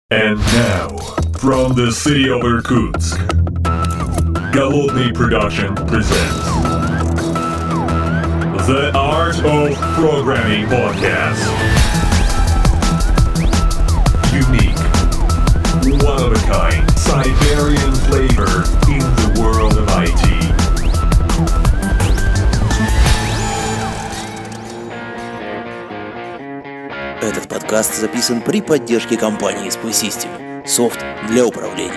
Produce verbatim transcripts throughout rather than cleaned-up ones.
And now, from the city of Irkutsk, Голодный Production presents The Art of Programming Podcast. Unique, one-of-a-kind, Siberian flavor in the world of ай ти. Этот подкаст записан при поддержке компании Space System. Софт для управления.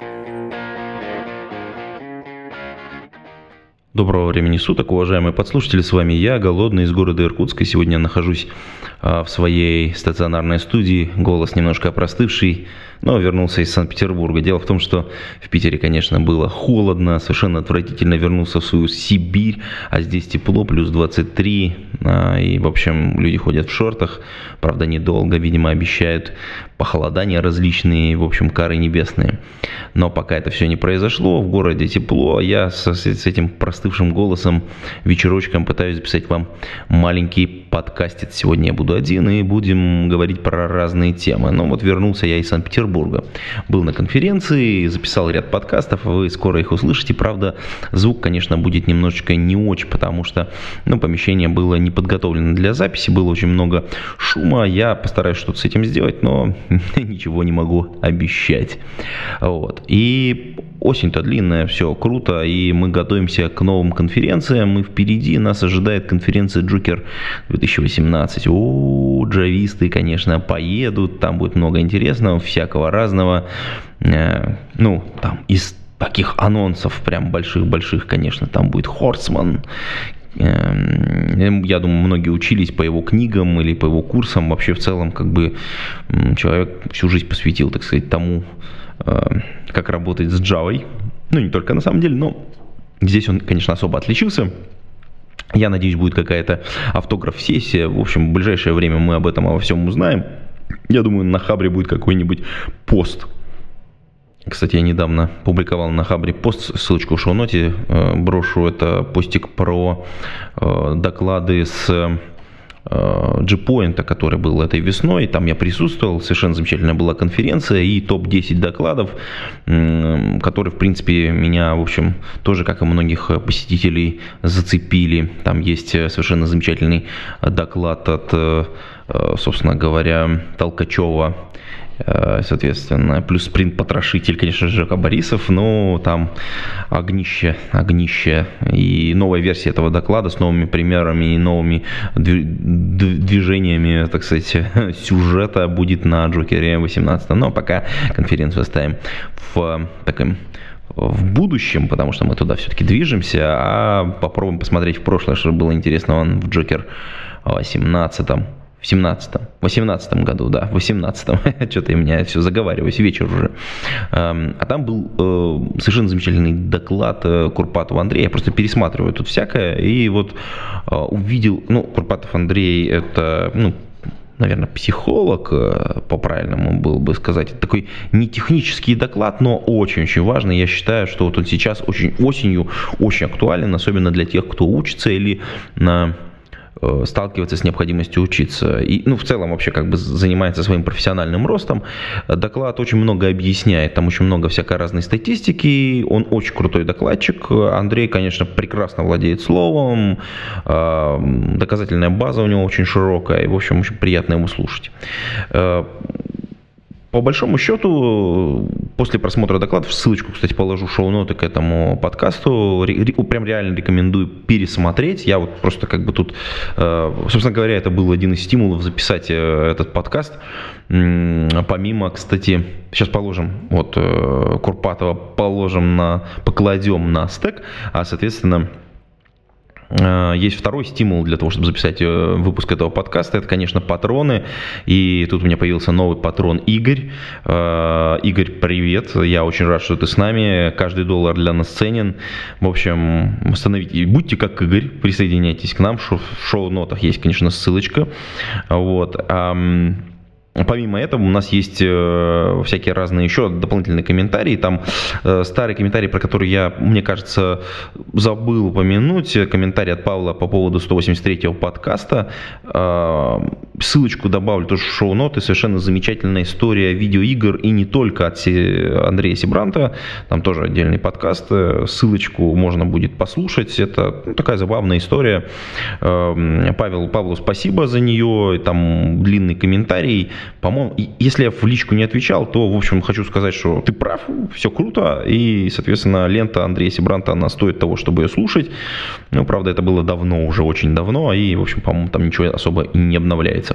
Доброго времени суток, уважаемые подслушатели, с вами я, Голодный, из города Иркутска. Сегодня я нахожусь а, в своей стационарной студии, голос немножко опростывший, но вернулся из Санкт-Петербурга. Дело в том, что в Питере, конечно, было холодно, совершенно отвратительно, вернулся в свою Сибирь, а здесь тепло, плюс двадцать три, а, и, в общем, люди ходят в шортах, правда, недолго, видимо, обещают похолодания различные, в общем, кары небесные. Но пока это все не произошло, в городе тепло, а я с, с этим простывшим голосом вечерочком пытаюсь записать вам маленький подкастец. Сегодня я буду один и будем говорить про разные темы. Но вот вернулся я из Санкт-Петербурга. Был на конференции, записал ряд подкастов, вы скоро их услышите. Правда, звук, конечно, будет немножечко не очень, потому что ну, помещение было не подготовлено для записи, было очень много шума. Я постараюсь что-то с этим сделать, но ничего не могу обещать. Вот. И осень-то длинная, все круто, и мы готовимся к новым конференциям, и впереди нас ожидает конференция Джокер две тысячи восемнадцать. О, джависты, конечно, поедут, там будет много интересного, всякого разного. Ну, там из таких анонсов, прям больших-больших, конечно, там будет Хорсман. Я думаю, многие учились по его книгам или по его курсам. Вообще, в целом, как бы человек всю жизнь посвятил, так сказать, тому, как работать с Java. Ну, не только на самом деле, но здесь он, конечно, особо отличился. Я надеюсь, будет какая-то автограф-сессия. В общем, в ближайшее время мы об этом обо всем узнаем. Я думаю, на Хабре будет какой-нибудь пост. Кстати, я недавно публиковал на Хабре пост, ссылочку в шоу-ноте э, брошу. Это постик про э, доклады с э, G-Point, который был этой весной. Там я присутствовал, совершенно замечательная была конференция и топ десять докладов, э, которые, в принципе, меня, в общем, тоже, как и многих посетителей, зацепили. Там есть совершенно замечательный доклад от, э, собственно говоря, Толкачева, соответственно, плюс спринт-потрошитель, конечно же, Жека Борисов, но там огнище, огнище. И новая версия этого доклада с новыми примерами и новыми движениями, так сказать, сюжета будет на Джокере восемнадцатом. Но пока конференцию оставим в таком в будущем, потому что мы туда все-таки движемся, а попробуем посмотреть в прошлое, что было интересного в Джокер восемнадцатом. В семнадцатом, восемнадцатом году, да, в восемнадцатом, что-то я меня все заговариваюсь, вечер уже. А там был совершенно замечательный доклад Курпатова Андрея, я просто пересматриваю тут всякое, и вот увидел, ну, Курпатов Андрей, это, ну, наверное, психолог, по-правильному было бы сказать. Это такой не технический доклад, но очень-очень важный. Я считаю, что вот он сейчас очень осенью очень актуален, особенно для тех, кто учится или на сталкивается с необходимостью учиться. И, ну, в целом, вообще, как бы занимается своим профессиональным ростом. Доклад очень много объясняет, там очень много всякой разной статистики. Он очень крутой докладчик. Андрей, конечно, прекрасно владеет словом. Доказательная база у него очень широкая. И, в общем, очень приятно его слушать. По большому счету, после просмотра докладов, ссылочку, кстати, положу в шоу-ноты к этому подкасту, прям реально рекомендую пересмотреть. Я вот просто как бы тут, собственно говоря, это был один из стимулов записать этот подкаст. Помимо, кстати, сейчас положим, вот Курпатова положим на, покладем на стек, а, соответственно, есть второй стимул для того, чтобы записать выпуск этого подкаста. Это, конечно, патроны. И тут у меня появился новый патрон Игорь. Игорь, привет. Я очень рад, что ты с нами. Каждый доллар для нас ценен. В общем, становитесь, будьте как Игорь. Присоединяйтесь к нам. В шоу-нотах есть, конечно, ссылочка. Вот. помимо этого у нас есть всякие разные еще дополнительные комментарии. Там старый комментарий, про который я, мне кажется, забыл упомянуть. Комментарий от Павла по поводу сто восемьдесят третьего подкаста. Ссылочку добавлю тоже в шоу-ноты. Совершенно замечательная история видеоигр и не только от Андрея Сибранта. Там тоже отдельный подкаст. Ссылочку можно будет послушать. Это ну, такая забавная история. Павел, Павлу спасибо за нее. Там длинный комментарий. По-моему, если я в личку не отвечал, то, в общем, хочу сказать, что ты прав, все круто. И, соответственно, лента Андрея Сибранта, она стоит того, чтобы ее слушать. Ну, правда, это было давно, уже очень давно. И, в общем, по-моему, там ничего особо и не обновляется.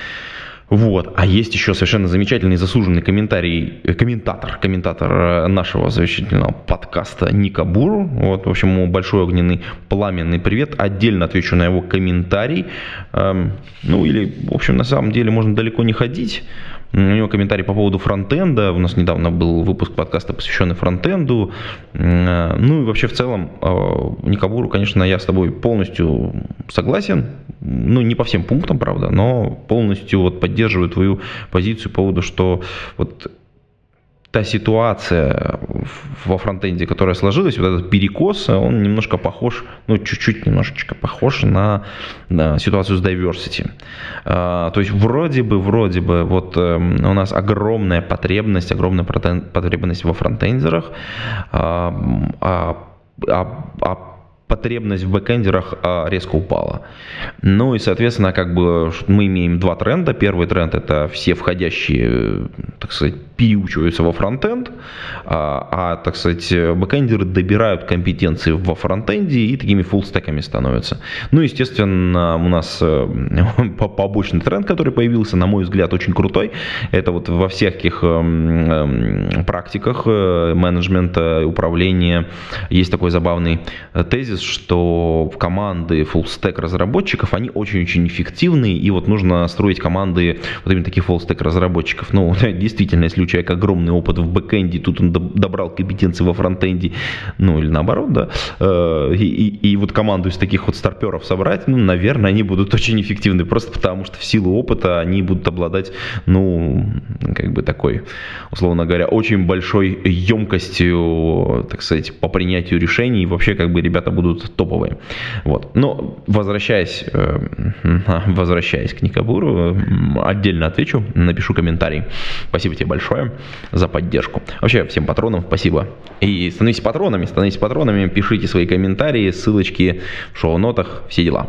Вот. А есть еще совершенно замечательный заслуженный комментарий, комментатор, комментатор нашего замечательного подкаста Ника Буру. Вот, в общем, ему большой огненный пламенный привет. Отдельно отвечу на его комментарий. Эм, ну или, в общем, на самом деле можно далеко не ходить. У него комментарий по поводу фронтенда. У нас недавно был выпуск подкаста, посвященный фронтенду. Ну и вообще в целом, Никабуру, конечно, я с тобой полностью согласен. Ну, не по всем пунктам, правда, но полностью вот поддерживаю твою позицию по поводу, что вот та ситуация во фронтенде, которая сложилась, вот этот перекос, он немножко похож, ну, чуть-чуть немножечко похож на, на ситуацию с diversity. А, то есть вроде бы, вроде бы, вот у нас огромная потребность, огромная потребность во фронтендерах, а, а, а, а потребность в бэкэндерах резко упала. Ну и, соответственно, как бы мы имеем два тренда. Первый тренд — это все входящие, так сказать, переучиваются во фронтенд, а, а, так сказать, бэкэндеры добирают компетенции во фронтенде и такими фуллстеками становятся. Ну, естественно, у нас побочный тренд, который появился, на мой взгляд, очень крутой. Это вот во всяких практиках менеджмента, управления есть такой забавный тезис, что команды фуллстек разработчиков, они очень-очень эффективны, и вот нужно строить команды вот именно таких фуллстек разработчиков. Ну, действительно, если у человека огромный опыт в бэкэнде, тут он добрал компетенции во фронтенде, ну, или наоборот, да, и, и, и вот команду из таких вот старперов собрать, ну, наверное, они будут очень эффективны, просто потому что в силу опыта они будут обладать, ну, как бы такой, условно говоря, очень большой емкостью, так сказать, по принятию решений, и вообще, как бы, ребята будут топовые. Вот. Но возвращаясь, возвращаясь к Никабуру, отдельно отвечу, напишу комментарий. Спасибо тебе большое за поддержку. Вообще, всем патронам спасибо. И становитесь патронами, становитесь патронами, пишите свои комментарии, ссылочки в шоу-нотах, все дела.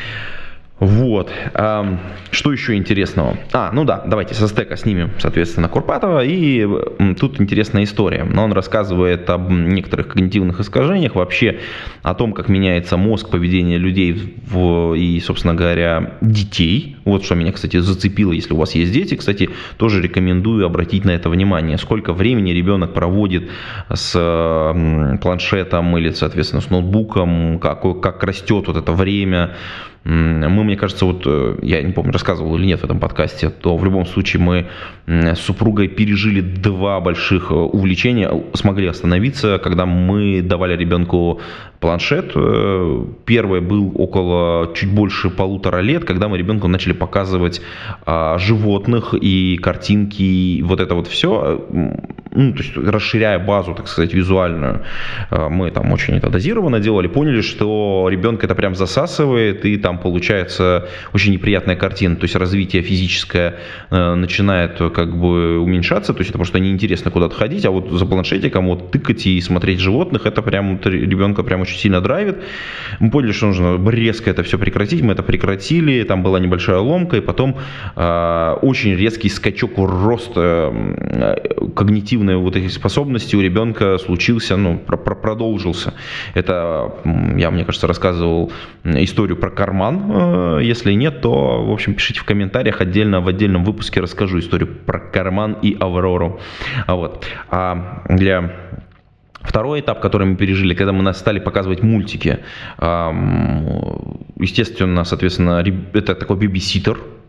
Вот. А, что еще интересного? А, ну да, давайте со стека снимем, соответственно, Курпатова. И тут интересная история. Он рассказывает об некоторых когнитивных искажениях, вообще о том, как меняется мозг, поведение людей в, и, собственно говоря, детей. Вот что меня, кстати, зацепило, если у вас есть дети. Кстати, тоже рекомендую обратить на это внимание. Сколько времени ребенок проводит с планшетом или, соответственно, с ноутбуком, как, как растет вот это время. Мы, мне кажется, вот я не помню, рассказывал или нет в этом подкасте, то в любом случае мы с супругой пережили два больших увлечения, смогли остановиться, когда мы давали ребенку планшет. Первый был около чуть больше полутора лет, когда мы ребенку начали показывать а, животных и картинки, и вот это вот все, ну, то есть расширяя базу, так сказать, визуальную. Мы там очень это дозированно делали, поняли, что ребенка это прям засасывает, и там получается очень неприятная картина, то есть развитие физическое э, начинает как бы уменьшаться, то есть это просто неинтересно куда-то ходить, а вот за планшетиком вот тыкать и смотреть животных, это прям вот ребенка прям очень сильно драйвит. Мы поняли, что нужно резко это все прекратить, мы это прекратили, там была небольшая ломка, и потом э, очень резкий скачок в рост э, когнитивной вот этих способностей у ребенка случился, ну, про- про- продолжился. Это, я, мне кажется, рассказывал историю про карман. Если нет, то, в общем, пишите в комментариях, отдельно в отдельном выпуске расскажу историю про карман и Аврору. Вот. А для второй этап, который мы пережили, когда мы стали показывать мультики, естественно, соответственно, это такой бибиситер.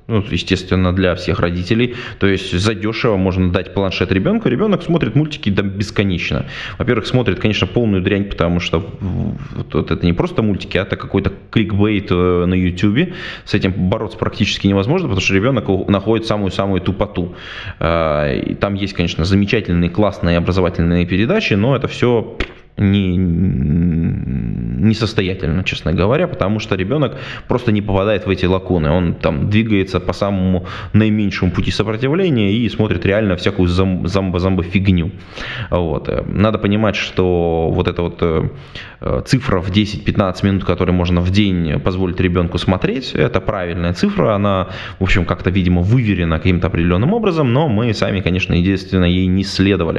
ну, естественно, для всех родителей. То есть задешево можно дать планшет ребенку, ребенок смотрит мультики да, бесконечно. Во-первых, смотрит, конечно, полную дрянь, потому что вот, вот это не просто мультики, а это какой-то кликбейт на YouTube. С этим бороться практически невозможно, потому что ребенок находит самую-самую тупоту. И там есть, конечно, замечательные, классные образовательные передачи, но это все не, несостоятельно, честно говоря, потому что ребенок просто не попадает в эти лакуны. Он там двигается по самому наименьшему пути сопротивления и смотрит реально всякую зомбо-фигню. Вот. Надо понимать, что вот эта вот цифра в десять-пятнадцать минут, которую можно в день позволить ребенку смотреть, это правильная цифра, она, в общем, как-то, видимо, выверена каким-то определенным образом, но мы сами, конечно, единственно, ей не следовали.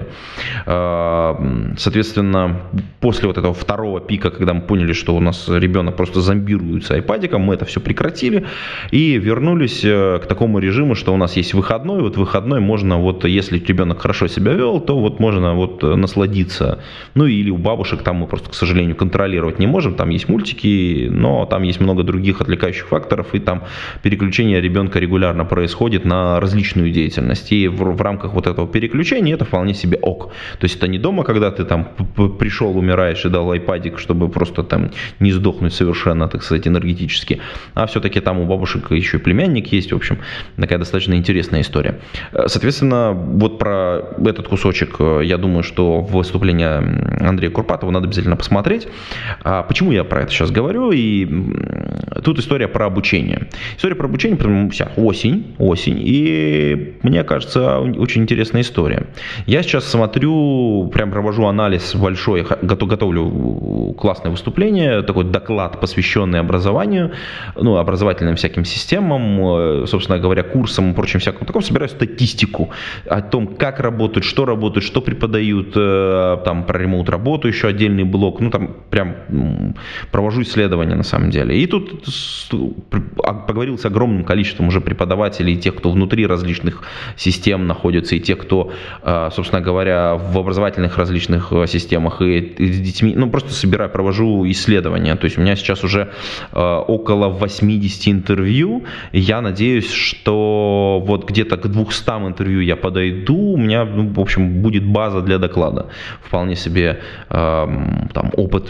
Соответственно, после вот этого второго пика, когда мы поняли, что у нас ребенок просто зомбируется айпадиком, мы это все прекратили и вернулись к такому режиму, что у нас есть выходной. Вот выходной можно, вот если ребенок хорошо себя вел, то вот можно вот насладиться. Ну или у бабушек там мы просто, к сожалению, контролировать не можем. Там есть мультики, но там есть много других отвлекающих факторов, и там переключение ребенка регулярно происходит на различную деятельность. И в, в рамках вот этого переключения это вполне себе ок. То есть это не дома, когда ты там пришел, умираешь и дал айпадик, чтобы просто там не сдохнуть совершенно, так сказать, энергетически. А все-таки там у бабушек еще и племянник есть. В общем, такая достаточно интересная история. Соответственно, вот про этот кусочек, я думаю, что в выступлении Андрея Курпатова надо обязательно посмотреть. А почему я про это сейчас говорю? И тут история про обучение. История про обучение, потому что осень, осень, и мне кажется, очень интересная история. Я сейчас смотрю, прям провожу анализ большой, готовлю классное выступление, такой доклад, посвященный образованию, ну, образовательным всяким системам, собственно говоря, курсам и прочим всякому такому, собираю статистику о том, как работают, что работают, что преподают, там, про ремоут-работу еще отдельный блок, ну, там, прям провожу исследования, на самом деле. И тут поговорил с огромным количеством уже преподавателей, тех, кто внутри различных систем находится, и тех, кто, собственно говоря, в образовательных различных системах, и с детьми, ну, просто собираю, провожу исследования. То есть у меня сейчас уже э, около восемьдесят интервью. Я надеюсь, что вот где-то к двухстам интервью я подойду. У меня, ну, в общем, будет база для доклада. Вполне себе э, там опыт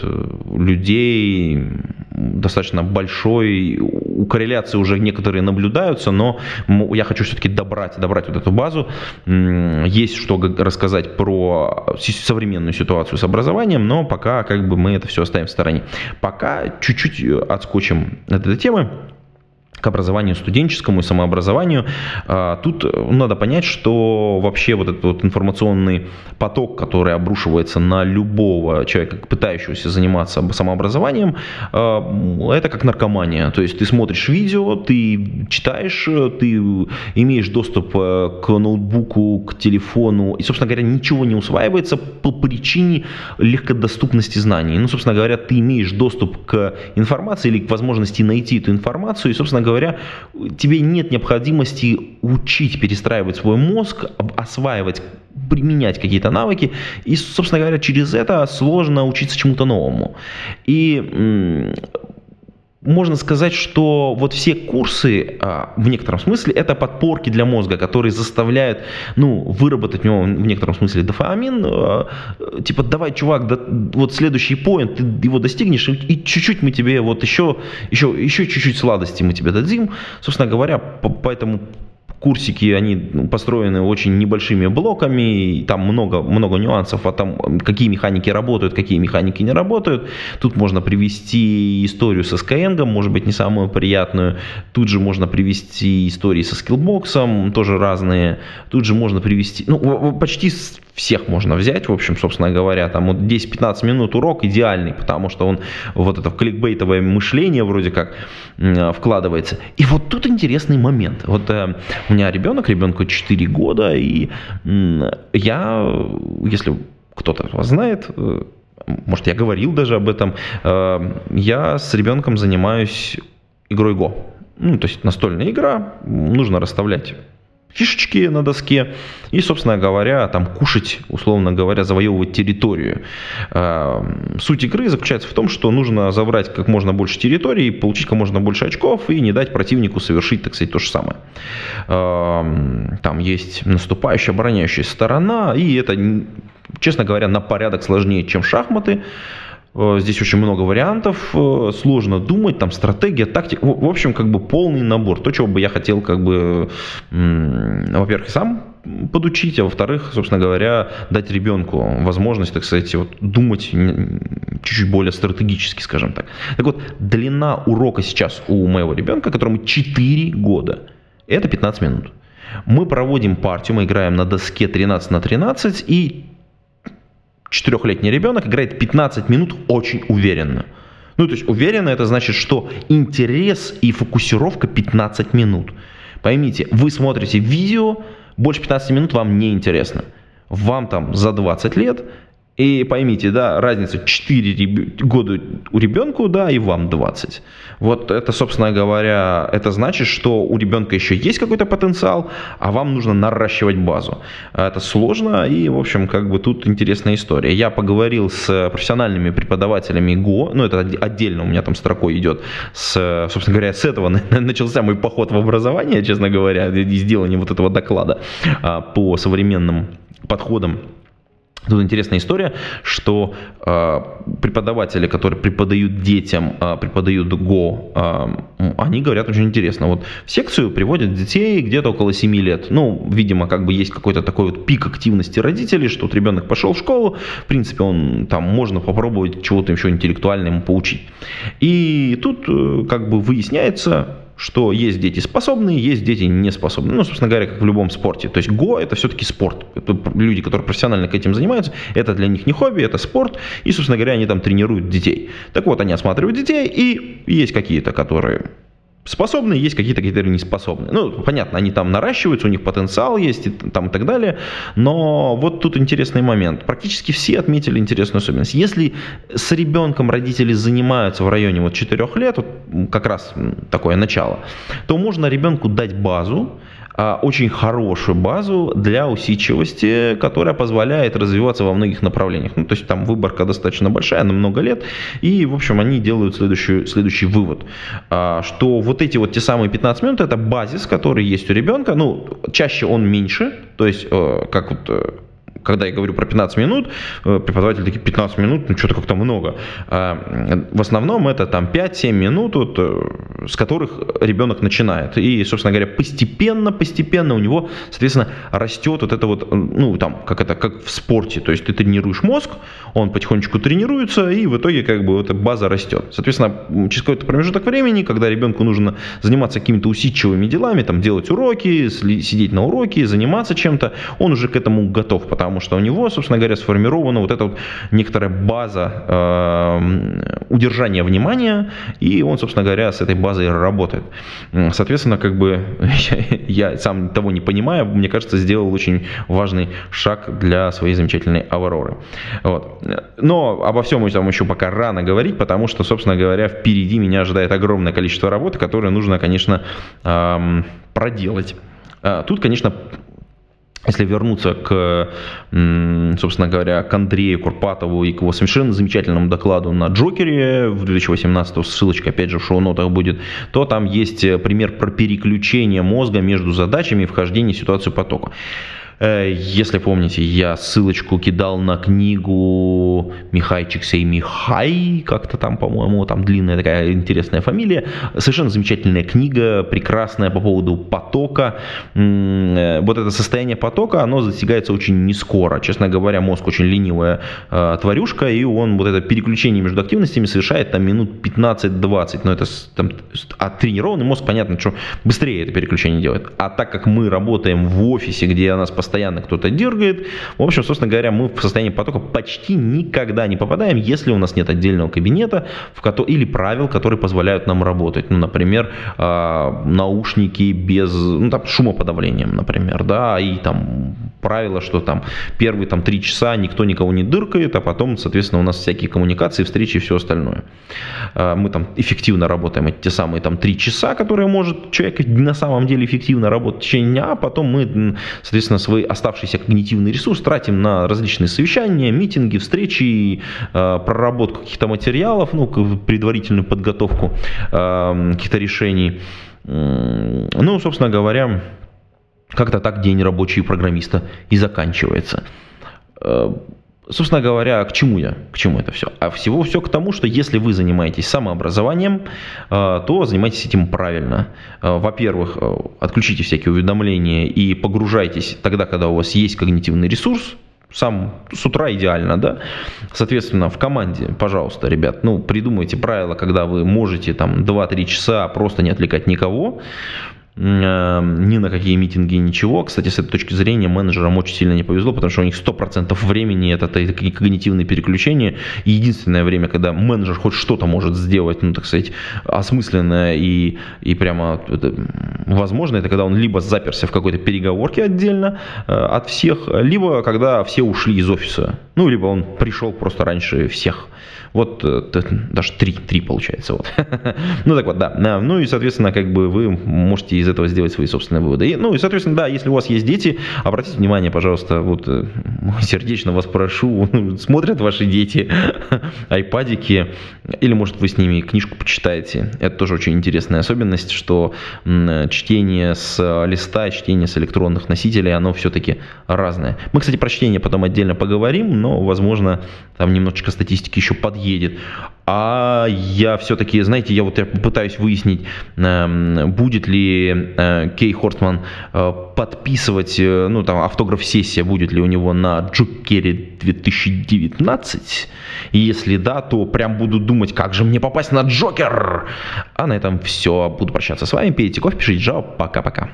людей достаточно большой. У корреляции уже некоторые наблюдаются, но я хочу все-таки добрать, добрать вот эту базу. Есть что рассказать про современную ситуацию с образованием, но пока как бы мы это все оставим в стороне. Пока чуть-чуть отскочим от этой темы к образованию студенческому и самообразованию. Тут надо понять, что вообще вот этот вот информационный поток, который обрушивается на любого человека, пытающегося заниматься самообразованием, это как наркомания. То есть ты смотришь видео, ты читаешь, ты имеешь доступ к ноутбуку, к телефону, и, собственно говоря, ничего не усваивается по причине легкодоступности знаний. Ну, собственно говоря, ты имеешь доступ к информации или к возможности найти эту информацию, и, собственно говоря, тебе нет необходимости учить, перестраивать свой мозг, осваивать, применять какие-то навыки, и, собственно говоря, через это сложно учиться чему-то новому. И можно сказать, что вот все курсы, в некотором смысле, это подпорки для мозга, которые заставляют, ну, выработать в нем, в некотором смысле, дофамин. Типа, давай, чувак, да, вот следующий поинт, ты его достигнешь, и чуть-чуть мы тебе вот еще, еще, еще чуть-чуть сладости мы тебе дадим. Собственно говоря, поэтому курсики, они построены очень небольшими блоками, и там много, много нюансов о том, какие механики работают, какие механики не работают. Тут можно привести историю со Skyeng, может быть, не самую приятную. Тут же можно привести истории со Skillbox, тоже разные. Тут же можно привести, ну, почти всех можно взять, в общем, собственно говоря, там вот десять-пятнадцать минут урок идеальный, потому что он вот это в кликбейтовое мышление вроде как вкладывается. И вот тут интересный момент. Вот э, у меня ребенок, ребенку четыре года, и э, я, если кто-то вас знает, э, может, я говорил даже об этом, э, я с ребенком занимаюсь игрой Go. Ну, то есть настольная игра, нужно расставлять фишечки на доске и, собственно говоря, там кушать, условно говоря, завоевывать территорию. Суть игры заключается в том, что нужно забрать как можно больше территории, получить как можно больше очков и не дать противнику совершить, так сказать, то же самое. Там есть наступающая, обороняющая сторона, и это, честно говоря, на порядок сложнее, чем шахматы. Здесь очень много вариантов, сложно думать, там стратегия, тактика, в общем, как бы полный набор. То, чего бы я хотел, как бы, во-первых, сам подучить, а во-вторых, собственно говоря, дать ребенку возможность, так сказать, вот, думать чуть-чуть более стратегически, скажем так. Так вот, длина урока сейчас у моего ребенка, которому четыре года, это пятнадцать минут. Мы проводим партию, мы играем на доске тринадцать на тринадцать, и четырехлетний ребенок играет пятнадцать минут очень уверенно. Ну, то есть уверенно это значит, что интерес и фокусировка пятнадцать минут. Поймите, вы смотрите видео, больше пятнадцати минут вам не интересно. Вам там за двадцать лет, и поймите, да, разница четыре года у ребенка, да, и вам двадцать. Вот это, собственно говоря, это значит, что у ребенка еще есть какой-то потенциал, а вам нужно наращивать базу. Это сложно, и, в общем, как бы тут интересная история. Я поговорил с профессиональными преподавателями Го, ну, это отдельно у меня там строкой идет, с, собственно говоря, с этого начался мой поход в образование, честно говоря, и сделание вот этого доклада по современным подходам. Тут интересная история, что э, преподаватели, которые преподают детям, э, преподают Го, э, они говорят очень интересно. Вот в секцию приводят детей где-то около семи лет. Ну, видимо, как бы есть какой-то такой вот пик активности родителей, что вот ребенок пошел в школу, в принципе, он там можно попробовать чего-то еще интеллектуального ему поучить. И тут э, как бы выясняется, что есть дети способные, есть дети неспособные. Ну, собственно говоря, как в любом спорте. То есть Го – это все-таки спорт. Это люди, которые профессионально к этим занимаются, это для них не хобби, это спорт. И, собственно говоря, они там тренируют детей. Так вот, они осматривают детей, и есть какие-то, которые способные, есть какие-то, которые не способны. Ну, понятно, они там наращиваются, у них потенциал есть и, там, и так далее. Но вот тут интересный момент. Практически все отметили интересную особенность. Если с ребенком родители занимаются в районе вот четырёх лет, вот как раз такое начало, то можно ребенку дать базу, очень хорошую базу для усидчивости, которая позволяет развиваться во многих направлениях. Ну, то есть там выборка достаточно большая, на много лет, и, в общем, они делают следующий, следующий вывод, что вот эти вот те самые пятнадцать минут, это базис, который есть у ребенка, ну, чаще он меньше, то есть, как вот... Когда я говорю про пятнадцать минут, преподаватели такие: пятнадцать минут, ну что-то как-то много. В основном это там пять-семь минут, вот, с которых ребенок начинает. И, собственно говоря, постепенно, постепенно у него, соответственно, растет вот это вот, ну там, как это, как в спорте. То есть ты тренируешь мозг, он потихонечку тренируется, и в итоге как бы эта база растет. Соответственно, через какой-то промежуток времени, когда ребенку нужно заниматься какими-то усидчивыми делами, там, делать уроки, сидеть на уроке, заниматься чем-то, он уже к этому готов, потому Потому что у него, собственно говоря, сформирована вот эта вот некоторая база э, удержания внимания, и он, собственно говоря, с этой базой работает. Соответственно, как бы я, я сам того не понимая, мне кажется, сделал очень важный шаг для своей замечательной Авроры. Вот. Но обо всем этом еще пока рано говорить, потому что, собственно говоря, впереди меня ожидает огромное количество работы, которое нужно, конечно, э, проделать. Тут, конечно, если вернуться к, собственно говоря, к Андрею Курпатову и к его совершенно замечательному докладу на Джокере в две тысячи восемнадцатом, ссылочка опять же в шоу-нотах будет, то там есть пример про переключение мозга между задачами и вхождение в ситуацию потока. Если помните, я ссылочку кидал на книгу Михай Чиксей-Михай, как-то там, по-моему, там длинная такая интересная фамилия. Совершенно замечательная книга, прекрасная по поводу потока. Вот это состояние потока, оно достигается очень нескоро. Честно говоря, мозг очень ленивая э, тварюшка, и он вот это переключение между активностями совершает там минут пятнадцать-двадцать. Но это там, а тренированный мозг, понятно, что быстрее это переключение делает. А так как мы работаем в офисе, где у нас постоянно постоянно кто-то дергает. В общем, собственно говоря, мы в состоянии потока почти никогда не попадаем, если у нас нет отдельного кабинета в ко- или правил, которые позволяют нам работать. Ну, например, э, наушники без ну, там, шумоподавлением, например, да, и там правило, что там первые там, три часа никто никого не дыркает, а потом, соответственно, у нас всякие коммуникации, встречи и все остальное. Э, мы там эффективно работаем эти те самые там три часа, которые может человек на самом деле эффективно работать в течение дня, а потом мы, соответственно, свой оставшийся когнитивный ресурс тратим на различные совещания, митинги, встречи, э, проработку каких-то материалов, ну, предварительную подготовку э, каких-то решений. Ну, собственно говоря, как-то так день рабочий программиста и заканчивается. Э, Собственно говоря, к чему я? К чему это все? А всего все к тому, что если вы занимаетесь самообразованием, то занимайтесь этим правильно. Во-первых, отключите всякие уведомления и погружайтесь тогда, когда у вас есть когнитивный ресурс. Сам с утра идеально, да? Соответственно, в команде, пожалуйста, ребят, ну, придумайте правила, когда вы можете там два-три часа просто не отвлекать никого, ни на какие митинги, ничего. Кстати, с этой точки зрения менеджерам очень сильно не повезло, потому что у них сто процентов времени это такие когнитивные переключения. И единственное время, когда менеджер хоть что-то может сделать, ну, так сказать, осмысленное и, и прямо это, возможно, это когда он либо заперся в какой-то переговорке отдельно э, от всех, либо когда все ушли из офиса. Ну, либо он пришел просто раньше всех. Вот даже три, три получается. Вот. Ну так вот, да. Ну и, соответственно, как бы вы можете из этого сделать свои собственные выводы. И, ну и, соответственно, да, если у вас есть дети, обратите внимание, пожалуйста, вот сердечно вас прошу, смотрят ваши дети айпадики, или, может, вы с ними книжку почитаете. Это тоже очень интересная особенность, что чтение с листа, чтение с электронных носителей, оно все-таки разное. Мы, кстати, про чтение потом отдельно поговорим, но, возможно, там немножечко статистики еще подъедет. А я все-таки, знаете, я вот я пытаюсь выяснить, будет ли Кей Хортман подписывать, ну, там, автограф-сессия, будет ли у него на Джокере две тысячи девятнадцать. И если да, то прям буду думать, как же мне попасть на Джокер. А на этом все. Буду прощаться с вами. Пейте кофе, пишите Java. Пока-пока.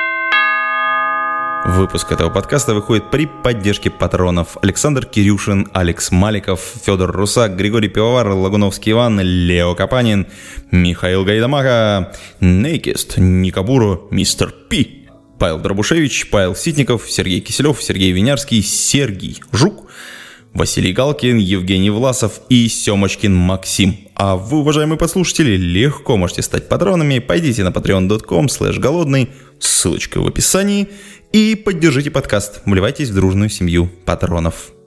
Выпуск этого подкаста выходит при поддержке патронов: Александр Кирюшин, Алекс Маликов, Федор Русак, Григорий Пивовар, Лагуновский Иван, Лео Капанин, Михаил Гайдамака, Нейкест, Никабуру, Мистер Пи, Павел Дробушевич, Павел Ситников, Сергей Киселев, Сергей Винярский, Сергей Жук, Василий Галкин, Евгений Власов и Семочкин Максим. А вы, уважаемые подслушатели, легко можете стать патронами. Пойдите на patreon dot com slash голодный, ссылочка в описании, и поддержите подкаст. Вливайтесь в дружную семью патронов.